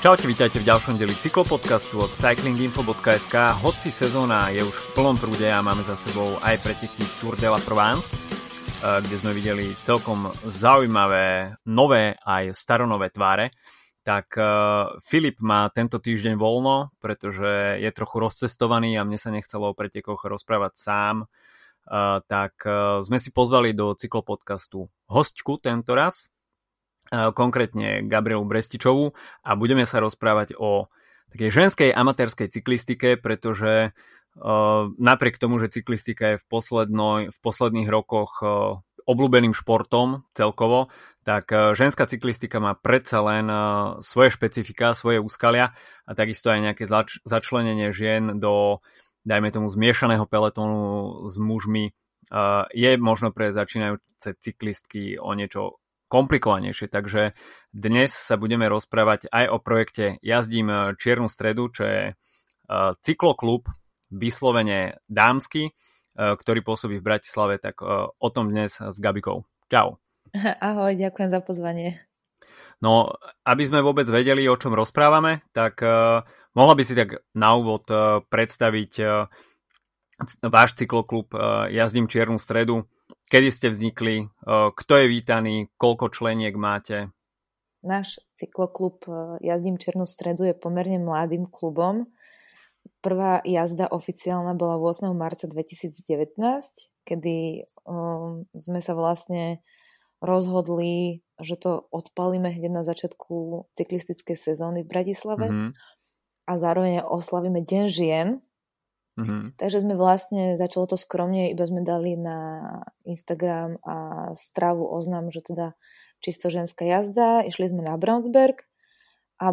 Čaute, vítajte v ďalšom deli cyklopodcastu od cyclinginfo.sk. Hoci sezóna je už v plnom prúde a máme za sebou aj preteky Tour de la Provence, kde sme videli celkom zaujímavé nové aj staronové tváre, tak Filip má tento týždeň voľno, pretože je trochu rozcestovaný a mne sa nechcelo o pretekoch rozprávať sám, tak sme si pozvali do cyklopodcastu hostku tento raz, konkrétne Gabrielu Brestičovú, a budeme sa rozprávať o takej ženskej amatérskej cyklistike, pretože napriek tomu, že cyklistika je v posledných rokoch obľúbeným športom celkovo, tak ženská cyklistika má predsa len svoje špecifika, svoje úskalia a takisto aj nejaké začlenenie žien do, dajme tomu, zmiešaného pelotónu s mužmi je možno pre začínajúce cyklistky o niečo komplikovanejšie, takže dnes sa budeme rozprávať aj o projekte Jazdím čiernu stredu, čo je cykloklub vyslovene dámsky, ktorý pôsobí v Bratislave, tak o tom dnes s Gabikou. Čau. Ahoj, ďakujem za pozvanie. No, aby sme vôbec vedeli, o čom rozprávame, tak mohla by si tak na úvod predstaviť váš cykloklub Jazdím čiernu stredu. Kedy ste vznikli, kto je vítaný, koľko členiek máte? Náš cykloklub Jazdím čiernu stredu je pomerne mladým klubom. Prvá jazda oficiálna bola 8. marca 2019, kedy sme sa vlastne rozhodli, že to odpalíme hneď na začiatku cyklistickej sezóny v Bratislave a zároveň oslavíme Deň žien. Takže sme vlastne, začalo to skromne, iba sme dali na Instagram a Stravu oznam, že teda čisto ženská jazda. Išli sme na Braunsberg a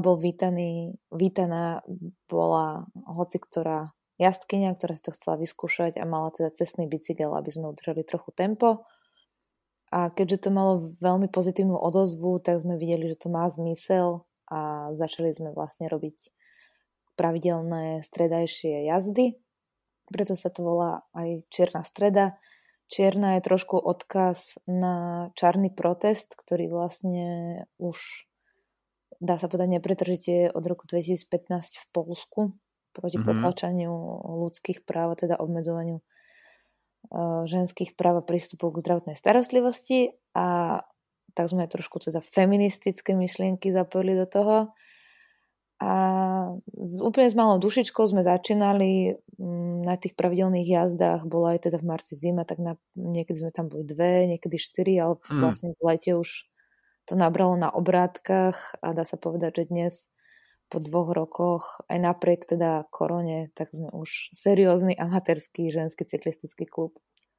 vítaná bola hociktorá jazdkyňa, ktorá si to chcela vyskúšať a mala teda cestný bicykel, aby sme udržali trochu tempo. A keďže to malo veľmi pozitívnu odozvu, tak sme videli, že to má zmysel a začali sme vlastne robiť pravidelné stredajšie jazdy. Preto sa to volá aj Čierna streda. Čierna je trošku odkaz na čarný protest, ktorý vlastne už, dá sa povedať, nepretržite od roku 2015 v Poľsku proti potlačaniu ľudských práv, teda obmedzovaniu ženských práv a prístupu k zdravotnej starostlivosti. A tak sme trošku teda feministické myšlienky zapojili do toho. A úplne s malou dušičkou sme začínali na tých pravidelných jazdách, bola aj teda v marci zima, tak niekedy sme tam boli 2, niekedy 4, ale vlastne v lete už to nabralo na obrátkach a dá sa povedať, že dnes po 2 rokoch, aj napriek teda korone, tak sme už seriózny amatérsky ženský cyklistický klub.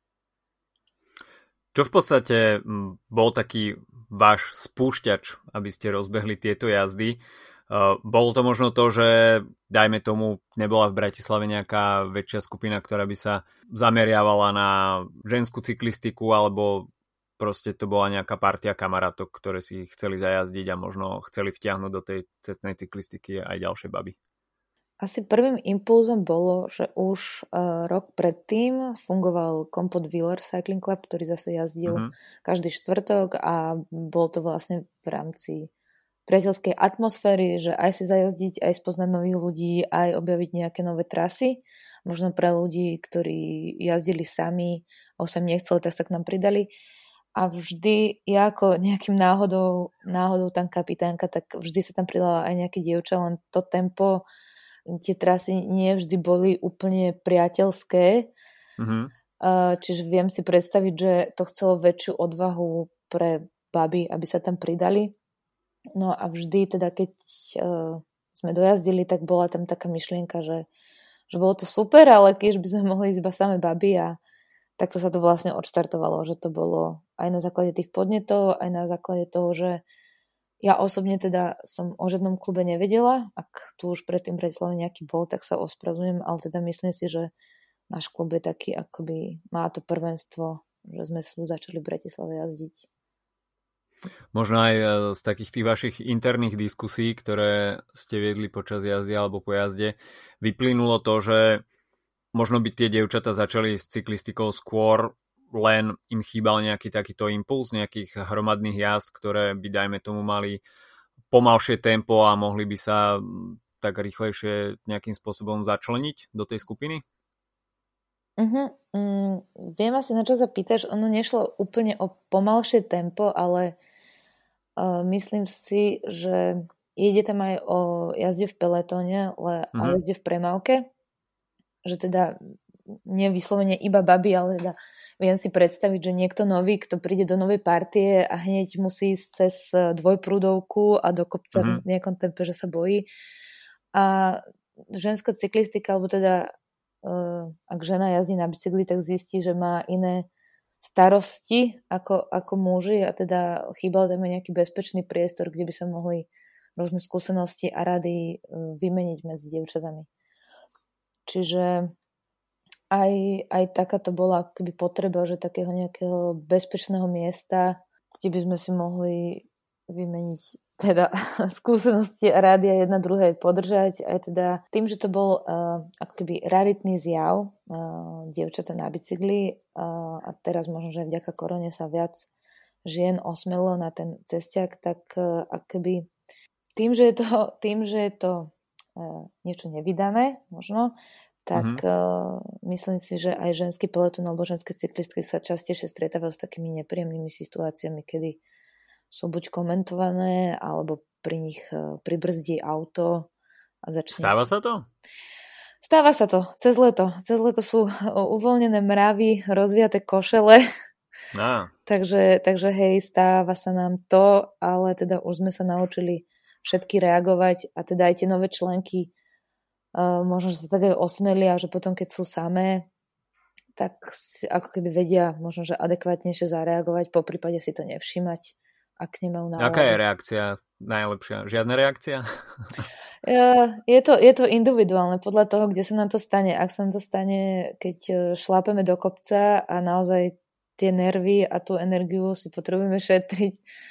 Čo v podstate bol taký váš spúšťač, aby ste rozbehli tieto jazdy? Bolo to možno to, že dajme tomu nebola v Bratislave nejaká väčšia skupina, ktorá by sa zameriavala na ženskú cyklistiku, alebo proste to bola nejaká partia kamarátok, ktoré si chceli zajazdiť a možno chceli vtiahnuť do tej cestnej cyklistiky aj ďalšie baby? Asi prvým impulzom bolo, že už rok predtým fungoval Kompot Wheeler Cycling Club, ktorý zase jazdil každý štvrtok a bol to vlastne v rámci priateľskej atmosféry, že aj si zajazdiť, aj spoznať nových ľudí, aj objaviť nejaké nové trasy. Možno pre ľudí, ktorí jazdili sami, a sa nechcelo, tak sa k nám pridali. A vždy, ja ako nejakým náhodou tam kapitánka, tak vždy sa tam pridala aj nejaké dievča, len to tempo, tie trasy nie vždy boli úplne priateľské. Čiže viem si predstaviť, že to chcelo väčšiu odvahu pre baby, aby sa tam pridali. No a vždy teda, keď sme dojazdili, tak bola tam taká myšlienka, že bolo to super, ale keď by sme mohli ísť iba samé baby a takto sa to vlastne odštartovalo, že to bolo aj na základe tých podnetov, aj na základe toho, že ja osobne teda som o žiadnom klube nevedela, ak tu už predtým v Bratislave nejaký bol, tak sa ospravedlňujem, ale teda myslím si, že náš klub je taký, akoby má to prvenstvo, že sme spolu začali v Bratislave jazdiť. Možno aj z takých tých vašich interných diskusí, ktoré ste viedli počas jazdy alebo po jazde, vyplynulo to, že možno by tie dievčatá začali s cyklistikou skôr, len im chýbal nejaký takýto impuls nejakých hromadných jazd, ktoré by, dajme tomu, mali pomalšie tempo a mohli by sa tak rýchlejšie nejakým spôsobom začleniť do tej skupiny? Viem asi, na čo sa pýtaš. Ono nešlo úplne o pomalšie tempo, ale myslím si, že ide tam aj o jazde v peletóne a jazde v premávke. Že teda nie vyslovene iba baby, ale teda viem si predstaviť, že niekto nový, kto príde do novej partie a hneď musí ísť cez dvojprúdovku a do kopca v nejakom tempe, že sa bojí. A ženská cyklistika, alebo teda ak žena jazdí na bicykli, tak zistí, že má iné starosti ako muži a teda chýbal tam nejaký bezpečný priestor, kde by sa mohli rôzne skúsenosti a rady vymeniť medzi dievčatami. Čiže aj takáto bola akoby potreba, že takého nejakého bezpečného miesta, kde by sme si mohli vymeniť teda skúsenosti a rady a jedna druhej podržať. Aj teda tým, že to bol akoby raritný zjav dievčatá na bicykli a teraz možno, že vďaka korone sa viac žien osmelilo na ten cestiak, tak akoby tým, že je to niečo nevydané možno, tak myslím si, že aj ženský peloton alebo ženské cyklistky sa častejšie stretávajú s takými nepríjemnými situáciami, kedy sú buď komentované, alebo pri nich pribrzdí auto a začne... Stáva sa to? Stáva sa to. Cez leto. Cez leto sú uvoľnené mravy, rozviaté košele. No. takže hej, stáva sa nám to, ale teda už sme sa naučili všetky reagovať a teda aj tie nové členky možno, že sa tak aj osmelia, že potom, keď sú samé, tak ako keby vedia možno, že adekvátnejšie zareagovať, po prípade si to nevšímať, ak nemajú náladu. Aká je reakcia najlepšia? Žiadna reakcia? Je to individuálne podľa toho, kde sa nám to stane. Ak sa nám to stane, keď šlápeme do kopca a naozaj tie nervy a tú energiu si potrebujeme šetriť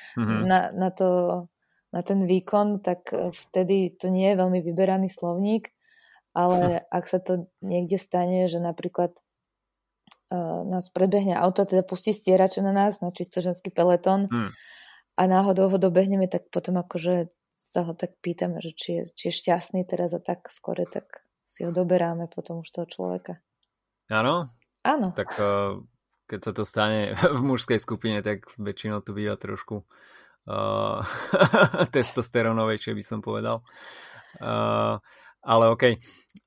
na ten výkon, tak vtedy to nie je veľmi vyberaný slovník. Ale ak sa to niekde stane, že napríklad nás predbehne auto, teda pustí stierače na nás, na čisto ženský peletón a náhodou ho dobehneme, tak potom akože sa ho tak pýtame, že či je šťastný teraz a tak skore, tak si ho doberáme potom už toho človeka. Áno? Áno. Tak keď sa to stane v mužskej skupine, tak väčšinou to býva trošku testosterónovejšie, by som povedal. Ale okej.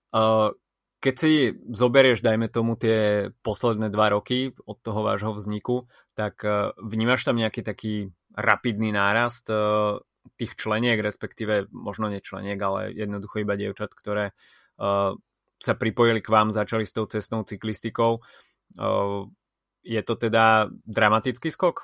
Keď si zoberieš, dajme tomu, tie posledné 2 roky od toho vášho vzniku, tak vnímaš tam nejaký taký rapidný nárast tých členiek, respektíve možno nečleniek, ale jednoducho iba dievčat, ktoré sa pripojili k vám, začali s tou cestnou cyklistikou. Je to teda dramatický skok?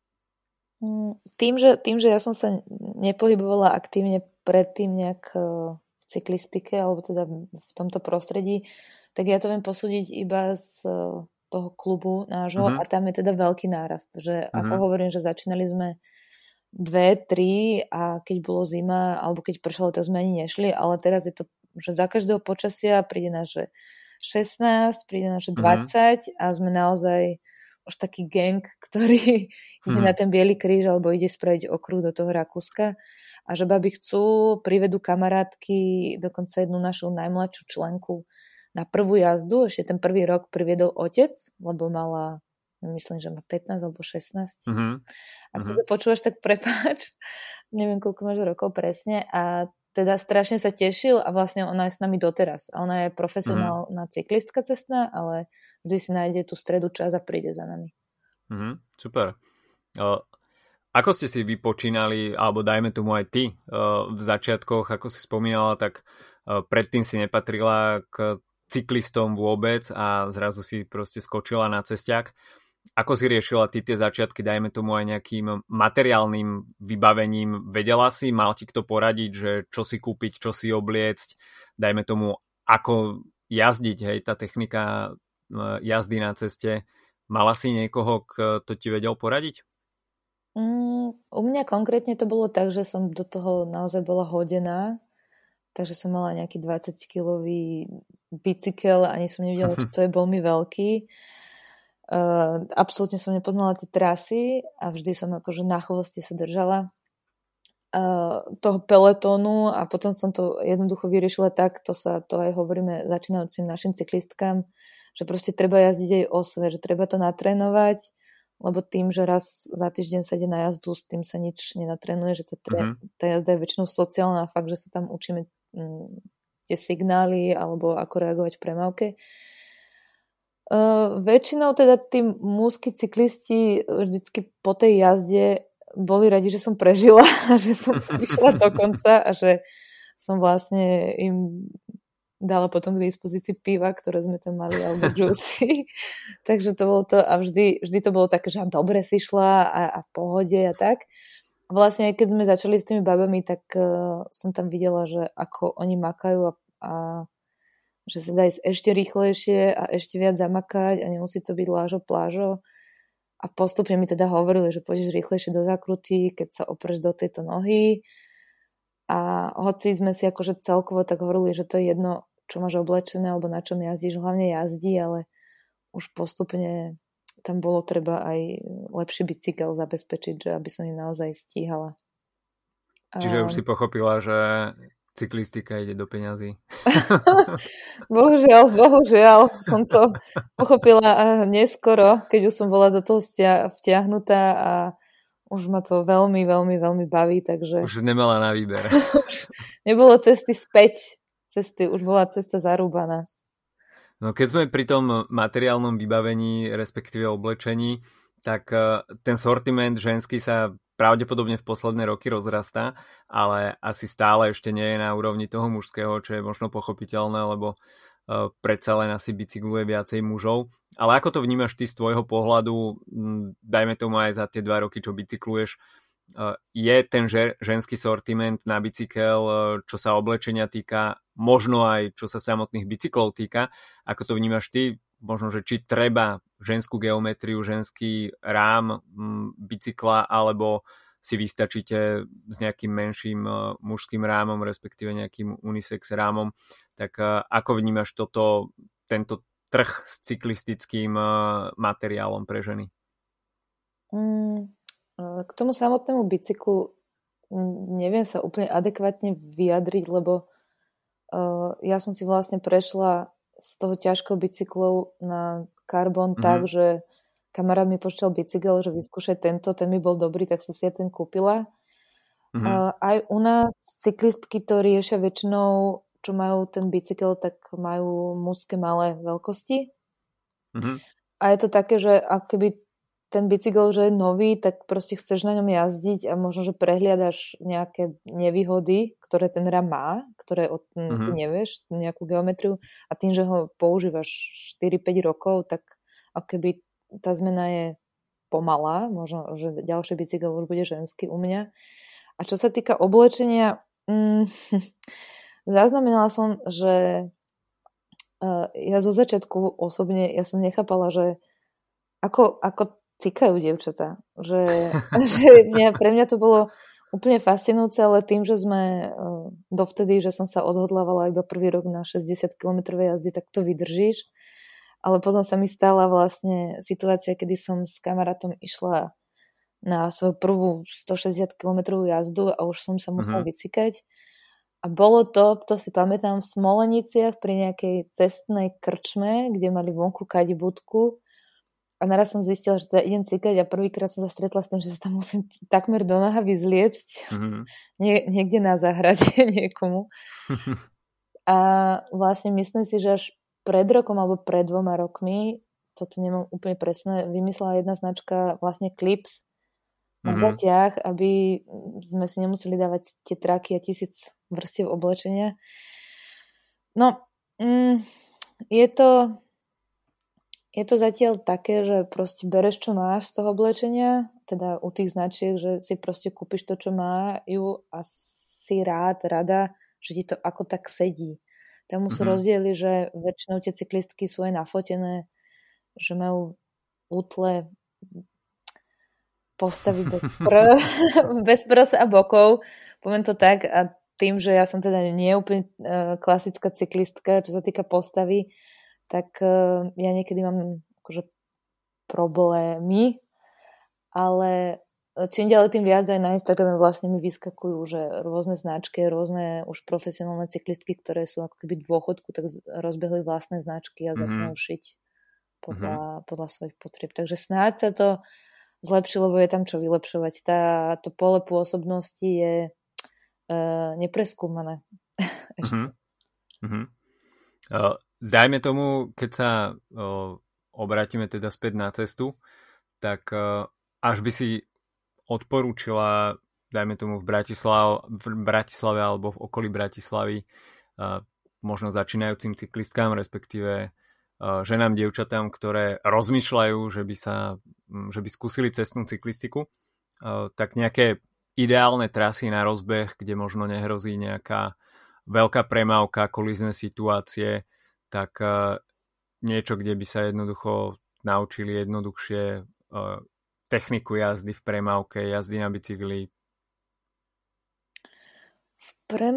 Tým, že ja som sa nepohybovala aktívne predtým nejak v cyklistike, alebo teda v tomto prostredí, tak ja to viem posúdiť iba z toho klubu nášho a tam je teda veľký nárast, že ako hovorím, že začínali sme 2, 3 a keď bolo zima, alebo keď pršalo, tak sme ani nešli, ale teraz je to, že za každého počasia príde naše 16, príde naše 20 a sme naozaj už taký gang, ktorý ide na ten Biely kríž alebo ide spraviť okruh do toho Rakúska. A že babi chcú, privedú kamarátky, dokonca jednu našu najmladšiu členku na prvú jazdu. Ešte ten prvý rok priviedol otec, lebo mala, myslím, že má 15 alebo 16. Ak to počúvaš, tak prepáč. Neviem, koľko máš rokov presne. A teda strašne sa tešil a vlastne ona je s nami doteraz. A ona je profesionálna cyklistka cestná, ale vždy si nájde tú stredu čas a príde za nami. Super. Ako ste si vy počínali, alebo dajme tomu aj ty, v začiatkoch, ako si spomínala, tak predtým si nepatrila k cyklistom vôbec a zrazu si proste skočila na cestiak. Ako si riešila ty tie začiatky, dajme tomu aj nejakým materiálnym vybavením? Vedela si, mal ti kto poradiť, že čo si kúpiť, čo si obliecť, dajme tomu, ako jazdiť, hej, tá technika jazdy na ceste. Mala si niekoho, kto ti vedel poradiť? U mňa konkrétne to bolo tak, že som do toho naozaj bola hodená, takže som mala nejaký 20-kilový bicykel, ani som nevidela, čo to je, bol mi veľký. Absolútne som nepoznala tie trasy a vždy som akože na chvoste sa držala. toho peletónu a potom som to jednoducho vyriešila tak, to aj hovoríme začínajúcim našim cyklistkám, že proste treba jazdiť aj osve, že treba to natrénovať, lebo tým, že raz za týždeň sa ide na jazdu, s tým sa nič nenatrénuje, že tá jazda je väčšinou sociálna, fakt, že sa tam učíme tie signály alebo ako reagovať v premávke. Väčšinou teda tí mužskí cyklisti vždycky po tej jazde boli radi, že som prežila a že som prišla do konca a že som vlastne im dala potom k dispozícii piva, ktoré sme tam mali, alebo juicy. Takže to bolo to a vždy to bolo také, že dobre si šla a v pohode a tak. A vlastne aj keď sme začali s tými babami, tak som tam videla, že ako oni makajú a že sa dá ísť ešte rýchlejšie a ešte viac zamakať a nemusí to byť lážo plážo. A postupne mi teda hovorili, že pôjdeš rýchlejšie do zákruty, keď sa opreš do tejto nohy. A hoci sme si akože celkovo tak hovorili, že to je jedno, čo máš oblečené alebo na čom jazdíš, hlavne jazdí, ale už postupne tam bolo treba aj lepší bicykel zabezpečiť, že aby som im naozaj stíhala. Čiže už si pochopila, že cyklistika ide do peňazí. Bohužiaľ som to pochopila neskoro, keď už som bola do toho vtiahnutá a už ma to veľmi, veľmi, veľmi baví, takže... Už nemala na výber. Nebolo cesty späť. Už bola cesta zarúbaná. No keď sme pri tom materiálnom vybavení, respektíve oblečení, tak ten sortiment ženský sa pravdepodobne v posledné roky rozrastá, ale asi stále ešte nie je na úrovni toho mužského, čo je možno pochopiteľné, lebo predsa len asi bicykluje viacej mužov. Ale ako to vnímaš ty z tvojho pohľadu, dajme tomu aj za tie 2 roky, čo bicykluješ, je ten ženský sortiment na bicykel, čo sa oblečenia týka, možno aj čo sa samotných bicyklov týka, ako to vnímaš ty? Možno, že či treba ženskú geometriu, ženský rám bicykla, alebo si vystačíte s nejakým menším mužským rámom, respektíve nejakým unisex rámom. Tak ako vnímaš tento trh s cyklistickým materiálom pre ženy? K tomu samotnému bicyklu neviem sa úplne adekvátne vyjadriť, lebo ja som si vlastne prešla z toho ťažkého bicyklu na karbon tak, že kamarát mi požičal bicykel, že vyskúšaj tento, ten mi bol dobrý, tak som si aj ten kúpila. Aj u nás cyklistky to riešia väčšinou, čo majú ten bicykel, tak majú mužské malé veľkosti. A je to také, že ako keby ten bicykel, že je nový, tak proste chceš na ňom jazdiť a možno, že prehliadaš nejaké nevýhody, ktoré ten rám má, ktoré ty nevieš, nejakú geometriu a tým, že ho používaš 4-5 rokov, tak ako keby tá zmena je pomalá, možno, že ďalší bicykel už bude ženský u mňa. A čo sa týka oblečenia, zaznamenala som, že ja zo začiatku osobne, ja som nechápala, že ako cikajú dievčatá. Že pre mňa to bolo úplne fascinujúce, ale tým, že sme dovtedy, že som sa odhodlávala iba prvý rok na 60-kilometrové jazdy, tak to vydržíš. Ale potom sa mi stala vlastne situácia, kedy som s kamarátom išla na svoju prvú 160-kilometrovú jazdu a už som sa musela vycikať. A bolo to si pamätám, v Smoleniciach pri nejakej cestnej krčme, kde mali vonku kadibudku. A naraz som zistila, že teda idem cikať a prvýkrát som sa stretla s tým, že sa tam musím takmer do noha vyzliecť niekde na záhrade niekomu. A vlastne myslím si, že až pred rokom alebo pred 2 rokmi, toto nemám úplne presné, vymyslela jedna značka vlastne Clips na gatiach, aby sme si nemuseli dávať tie traky a 1000 vrstiev oblečenia. No, je to zatiaľ také, že proste bereš, čo máš z toho oblečenia, teda u tých značiek, že si proste kúpiš to, čo majú a si rada, že ti to ako tak sedí. Tam sú rozdiely, že väčšinou tie cyklistky sú aj nafotené, že majú útle postavy bez prs a bokov, poviem to tak, a tým, že ja som teda nie úplne klasická cyklistka, čo sa týka postavy, tak ja niekedy mám akože problémy, ale čím ďalej tým viac aj na Instagrame vlastne mi vyskakujú, že rôzne značky, rôzne už profesionálne cyklistky, ktoré sú ako keby dôchodku, tak rozbehli vlastné značky a začnú šiť podľa svojich potrieb. Takže snáď sa to zlepší, lebo je tam čo vylepšovať. To pole pôsobnosti je nepreskúmané. Dajme tomu, keď sa obrátime teda späť na cestu, tak až by si odporúčila, dajme tomu v Bratislave alebo v okolí Bratislavy možno začínajúcim cyklistkám, respektíve ženám, dievčatám, ktoré rozmýšľajú, že by skúsili cestnú cyklistiku, tak nejaké ideálne trasy na rozbeh, kde možno nehrozí nejaká veľká premávka, kolízne situácie, tak niečo, kde by sa jednoducho naučili jednoduchšie techniku jazdy v premávke, jazdy na bicykli. V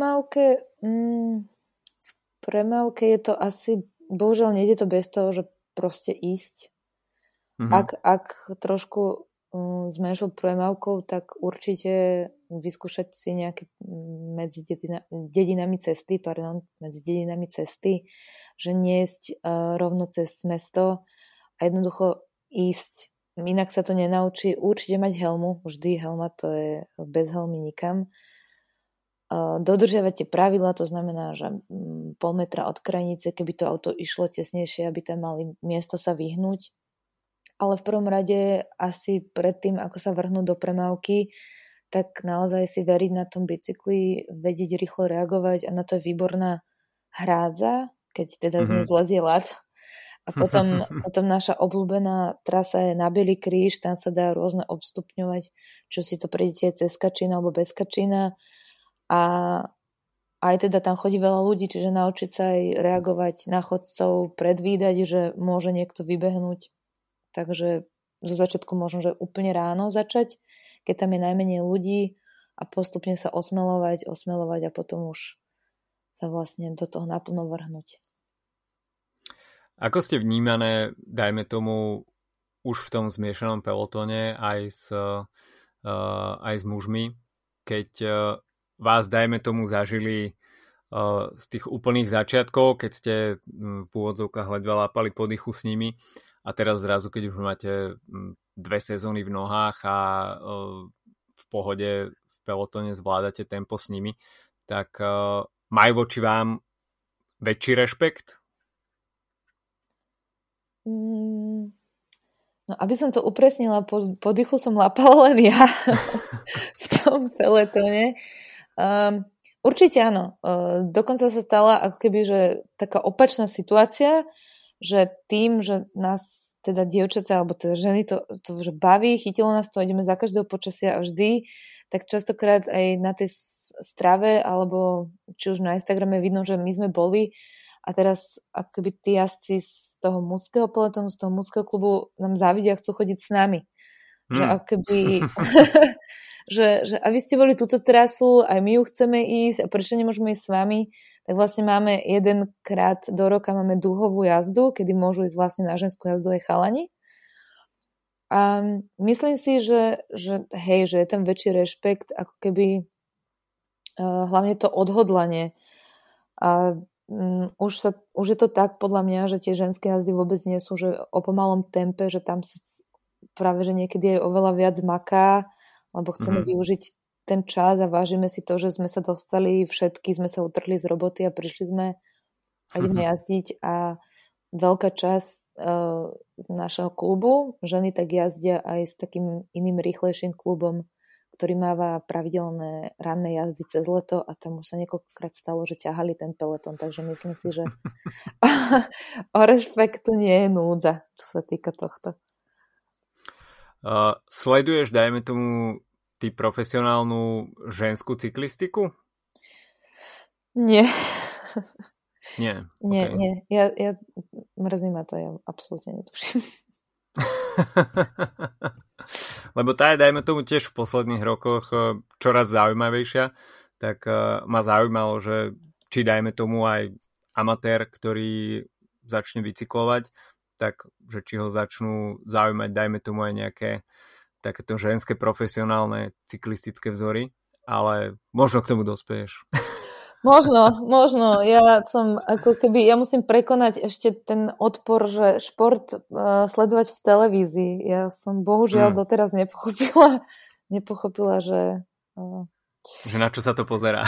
premávke je to asi, bohužiaľ nejde to bez toho, že proste ísť. Ak trošku s menšou premávkou, tak určite vyskúšať si nejaké medzi dedinami cesty, že niesť rovno cez mesto a jednoducho ísť. Inak sa to nenaučí. Určite mať helmu. Vždy helma, to je bez helmy nikam. Dodržiavať tie pravidlá, to znamená, že pol metra od krajnice, keby to auto išlo tesnejšie, aby tam mali miesto sa vyhnúť. Ale v prvom rade asi predtým, ako sa vrhnú do premávky, tak naozaj si veriť na tom bicykli, vedieť rýchlo reagovať a na to je výborná hrádza, keď teda z nej zlezie ľad. A potom naša obľúbená trasa je na Bielý kríž, tam sa dá rôzne obstupňovať, čo si to prejdete cez Kačína alebo bez Kačína. A aj teda tam chodí veľa ľudí, čiže naučiť sa aj reagovať na chodcov, predvídať, že môže niekto vybehnúť. Takže zo začiatku možno, že úplne ráno začať, keď tam je najmenej ľudí a postupne sa osmelovať a potom už sa vlastne do toho naplno vrhnúť. Ako ste vnímané, dajme tomu, už v tom zmiešanom pelotóne aj s mužmi, keď vás, dajme tomu, zažili z tých úplných začiatkov, keď ste v úvodzovkách ledva lápali po dychu s nimi a teraz zrazu, keď už máte 2 sezóny v nohách a v pohode v pelotóne zvládate tempo s nimi, tak majú voči vám väčší rešpekt? No, aby som to upresnila, po dychu som lapala len ja v tom peletóne. Určite áno. Dokonca sa stala ako keby, že taká opačná situácia, že tým, že nás teda dievčatá alebo teda ženy to že baví, chytilo nás to, ideme za každého počasia a vždy, tak častokrát aj na tej strave alebo či už na Instagrame vidno, že my sme boli. A teraz akoby tí jazdci z toho mužského pelotónu, z toho mužského klubu nám závidia a chcú chodiť s nami. Že akoby že a vy ste boli túto trasu, aj my ju chceme ísť a prečo nemôžeme ísť s vami? Tak vlastne máme jedenkrát do roka máme dúhovú jazdu, kedy môžu ísť vlastne na ženskú jazdu aj chalani. A myslím si, že je tam väčší rešpekt, ako keby hlavne to odhodlanie. A už je to tak podľa mňa, že tie ženské jazdy vôbec nie sú že o pomalom tempe, že tam sa práve že niekedy aj oveľa viac maká, lebo chceme využiť ten čas a vážime si to, že sme sa dostali, všetky sme sa utrhli z roboty a prišli sme a ideme jazdiť a veľká časť z našeho klubu, ženy tak jazdia aj s takým iným rýchlejším klubom, ktorý máva pravidelné ranné jazdy cez leto a tam už sa niekoľkokrát stalo, že ťahali ten peletón, takže myslím si, že o rešpektu nie je núdza, čo sa týka tohto. Sleduješ, dajme tomu, ty profesionálnu ženskú cyklistiku? Nie. Nie. Nie. Ja mrzí ma to, ja absolútne netuším. Lebo tá je, dajme tomu, tiež v posledných rokoch čoraz zaujímavejšia, tak ma zaujímalo, že či dajme tomu aj amatér, ktorý začne bicyklovať, tak že či ho začnú zaujímať, dajme tomu, aj nejaké takéto ženské profesionálne cyklistické vzory, ale možno k tomu dospeješ. Možno. Ja musím prekonať ešte ten odpor, že šport sledovať v televízii. Ja som bohužiaľ doteraz nepochopila, že... Že na čo sa to pozerá.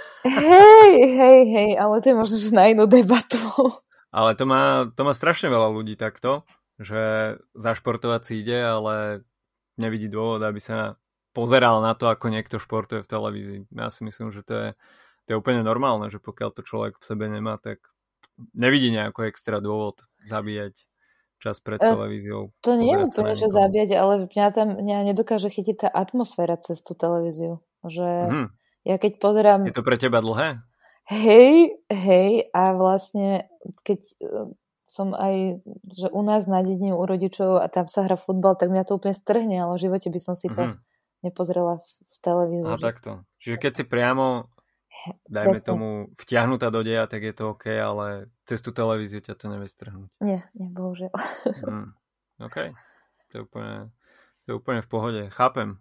Hej, ale to je možno že na inú debatu. Ale to má strašne veľa ľudí takto, že zašportovať si ide, ale nevidí dôvod, aby sa pozeral na to, ako niekto športuje v televízii. Ja si myslím, že to je úplne normálne, že pokiaľ to človek v sebe nemá, tak nevidí nejaký extra dôvod zabíjať čas pred televíziou. To nie je úplne, že zabíjať, ale mňa nedokáže chytiť tá atmosféra cez tú televíziu. Že ja keď pozerám... Je to pre teba dlhé? Hej, a vlastne keď som aj, že u nás na dedine u rodičov a tam sa hrá futbal, tak mňa to úplne strhne, ale v živote by som si to nepozrela v televízii. A takto. Čiže keď si priamo dajme tomu vtiahnutá do deja, tak je to OK, ale cez tú televíziu ťa to nevie strhnúť. Nie, bohužiaľ. OK. To je úplne v pohode. Chápem.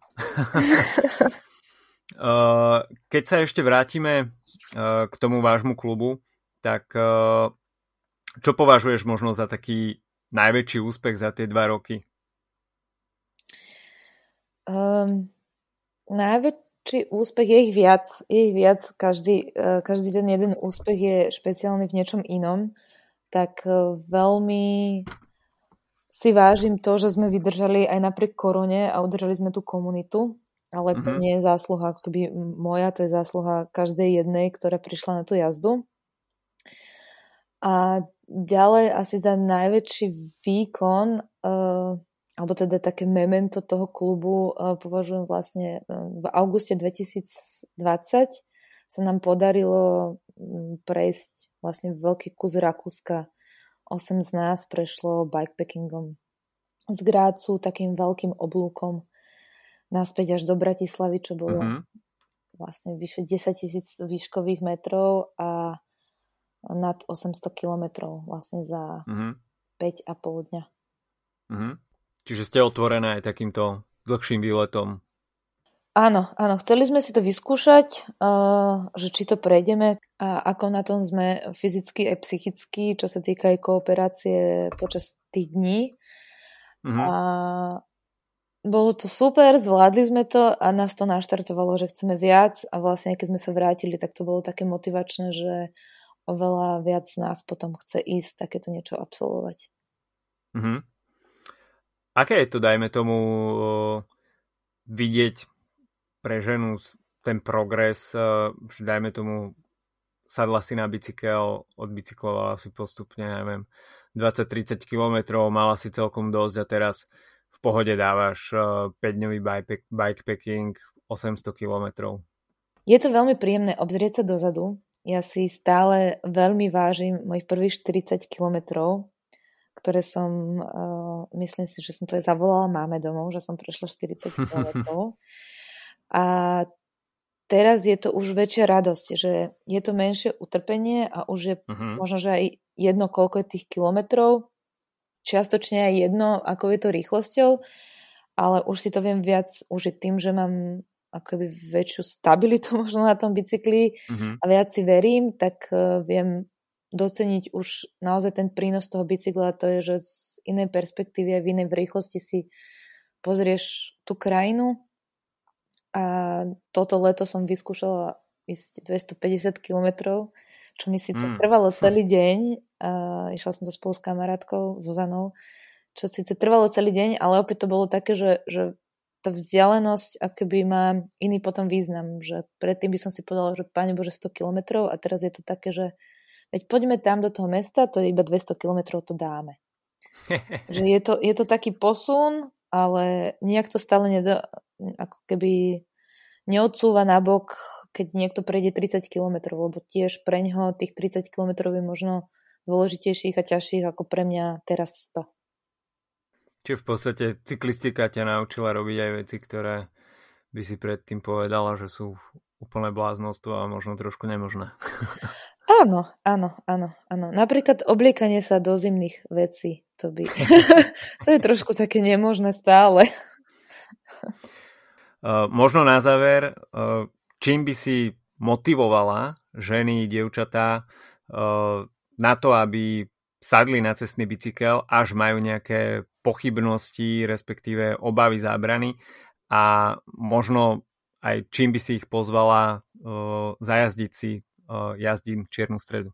Keď sa ešte vrátime k tomu vášmu klubu, tak čo považuješ možno za taký najväčší úspech za tie 2 roky? Najväčší úspech je ich viac. Každý ten jeden úspech je špeciálny v niečom inom. Tak veľmi si vážim to, že sme vydržali aj napriek korone a udržali sme tú komunitu. Ale to nie je zásluha akoby moja, to je zásluha každej jednej, ktorá prišla na tú jazdu. A ďalej asi za najväčší výkon, alebo teda také memento toho klubu považujem vlastne v auguste 2020 sa nám podarilo prejsť vlastne veľký kus Rakúska. 8 z nás prešlo bikepackingom z Grácu, takým veľkým oblúkom naspäť až do Bratislavy, čo bolo vlastne vyše 10 000 výškových metrov a nad 800 kilometrov vlastne za 5,5 dňa. Čiže ste otvorené aj takýmto dlhším výletom? Áno, chceli sme si to vyskúšať, že či to prejdeme a ako na tom sme fyzicky aj psychicky, čo sa týka aj kooperácie počas tých dní. A bolo to super, zvládli sme to a nás to naštartovalo, že chceme viac a vlastne keď sme sa vrátili, tak to bolo také motivačné, že oveľa viac nás potom chce ísť takéto niečo absolvovať. Aké je to, dajme tomu, vidieť pre ženu ten progres, že dajme tomu sadla si na bicykel, odbicyklovala si postupne, neviem, 20-30 kilometrov, mala si celkom dosť a teraz v pohode dávaš 5-dňový bikepacking 800 kilometrov. Je to veľmi príjemné obzrieť sa dozadu. Ja si stále veľmi vážim mojich prvých 40 kilometrov, ktoré som, myslím si, že som to aj zavolala máme domov, že som prešla 40 kilometrov. A teraz je to už väčšia radosť, že je to menšie utrpenie a už je možno, že aj jedno, koľko je tých kilometrov, čiastočne aj jedno, ako je to rýchlosťou, ale už si to viem viac užiť tým, že mám akoby väčšiu stabilitu možno na tom bicykli a viac si verím, tak viem doceniť už naozaj ten prínos toho bicykla, to je, že z inej perspektívy a v inej rýchlosti si pozrieš tú krajinu a toto leto som vyskúšala ísť 250 kilometrov, čo mi síce trvalo celý deň. Išla som to spolu s kamarátkou Zuzanou, čo síce trvalo celý deň, ale opäť to bolo také, že tá vzdialenosť akoby má iný potom význam, že predtým by som si povedala, že Pane Bože 100 kilometrov a teraz je to také, že veď poďme tam do toho mesta, to je iba 200 kilometrov, to dáme. Že je to taký posun, ale nejak to stále ako keby neodsúva nabok, keď niekto prejde 30 kilometrov, lebo tiež preňho tých 30 kilometrov je možno dôležitejších a ťažších ako pre mňa teraz 100. Čiže v podstate cyklistika ťa naučila robiť aj veci, ktoré by si predtým povedala, že sú úplné bláznostvo a možno trošku nemožné. Áno. Napríklad obliekanie sa do zimných vecí. To je trošku také nemožné stále. Možno na záver, čím by si motivovala ženy, dievčatá na to, aby sadli na cestný bicykel, až majú nejaké pochybnosti, respektíve obavy, zábrany, a možno aj čím by si ich pozvala zajazdiť si Jazdím Čiernu Stredu?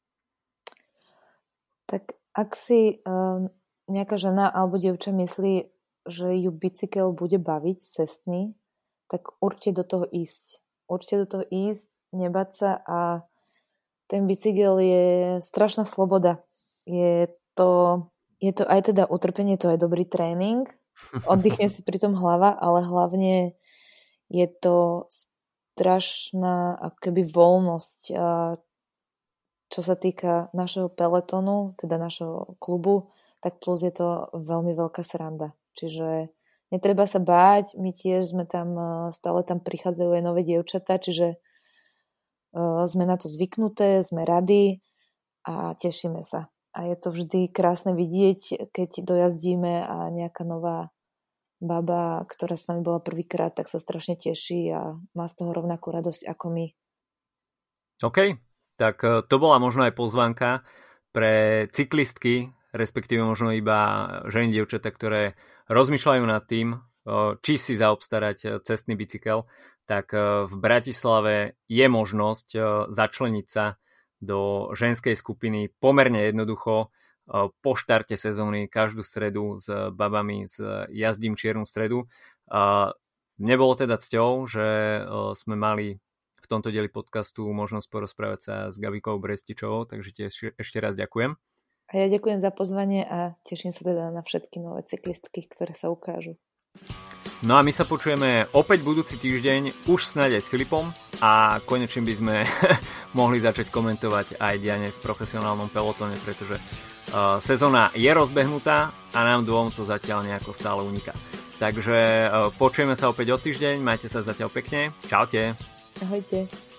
Tak ak si nejaká žena alebo dievča myslí, že ju bicykel bude baviť cestný, tak určite do toho ísť. Určite do toho ísť, nebať sa, a ten bicykel je strašná sloboda. Je to aj teda utrpenie, to je dobrý tréning, oddychne si pri tom hlava, ale hlavne je to strašná akoby voľnosť, čo sa týka našeho peletonu, teda našeho klubu, tak plus je to veľmi veľká sranda. Čiže netreba sa báť, my tiež sme tam, stále tam prichádzajú aj nové dievčatá, čiže sme na to zvyknuté, sme radi a tešíme sa. A je to vždy krásne vidieť, keď dojazdíme a nejaká nová baba, ktorá s nami bola prvýkrát, tak sa strašne teší a má z toho rovnakú radosť ako my. OK, tak to bola možno aj pozvánka pre cyklistky, respektíve možno iba ženy, dievčatá, ktoré rozmýšľajú nad tým, či si zaobstarať cestný bicykel, tak v Bratislave je možnosť začleniť sa do ženskej skupiny pomerne jednoducho po štarte sezóny každú stredu s babami z Jazdím Čiernu Stredu. Nebolo teda cťou, že sme mali v tomto dieli podcastu možnosť porozprávať sa s Gabikou Brestičovou, takže tiež ešte raz ďakujem. A ja ďakujem za pozvanie a teším sa teda na všetky nové cyklistky, ktoré sa ukážu. No a my sa počujeme opäť budúci týždeň, už snáď aj s Filipom, a konečne by sme mohli začať komentovať aj dianie v profesionálnom pelotone, pretože sezóna je rozbehnutá a nám dvom to zatiaľ nejako stále uniká. Takže počujeme sa opäť o týždeň, majte sa zatiaľ pekne, čaute. Ahojte.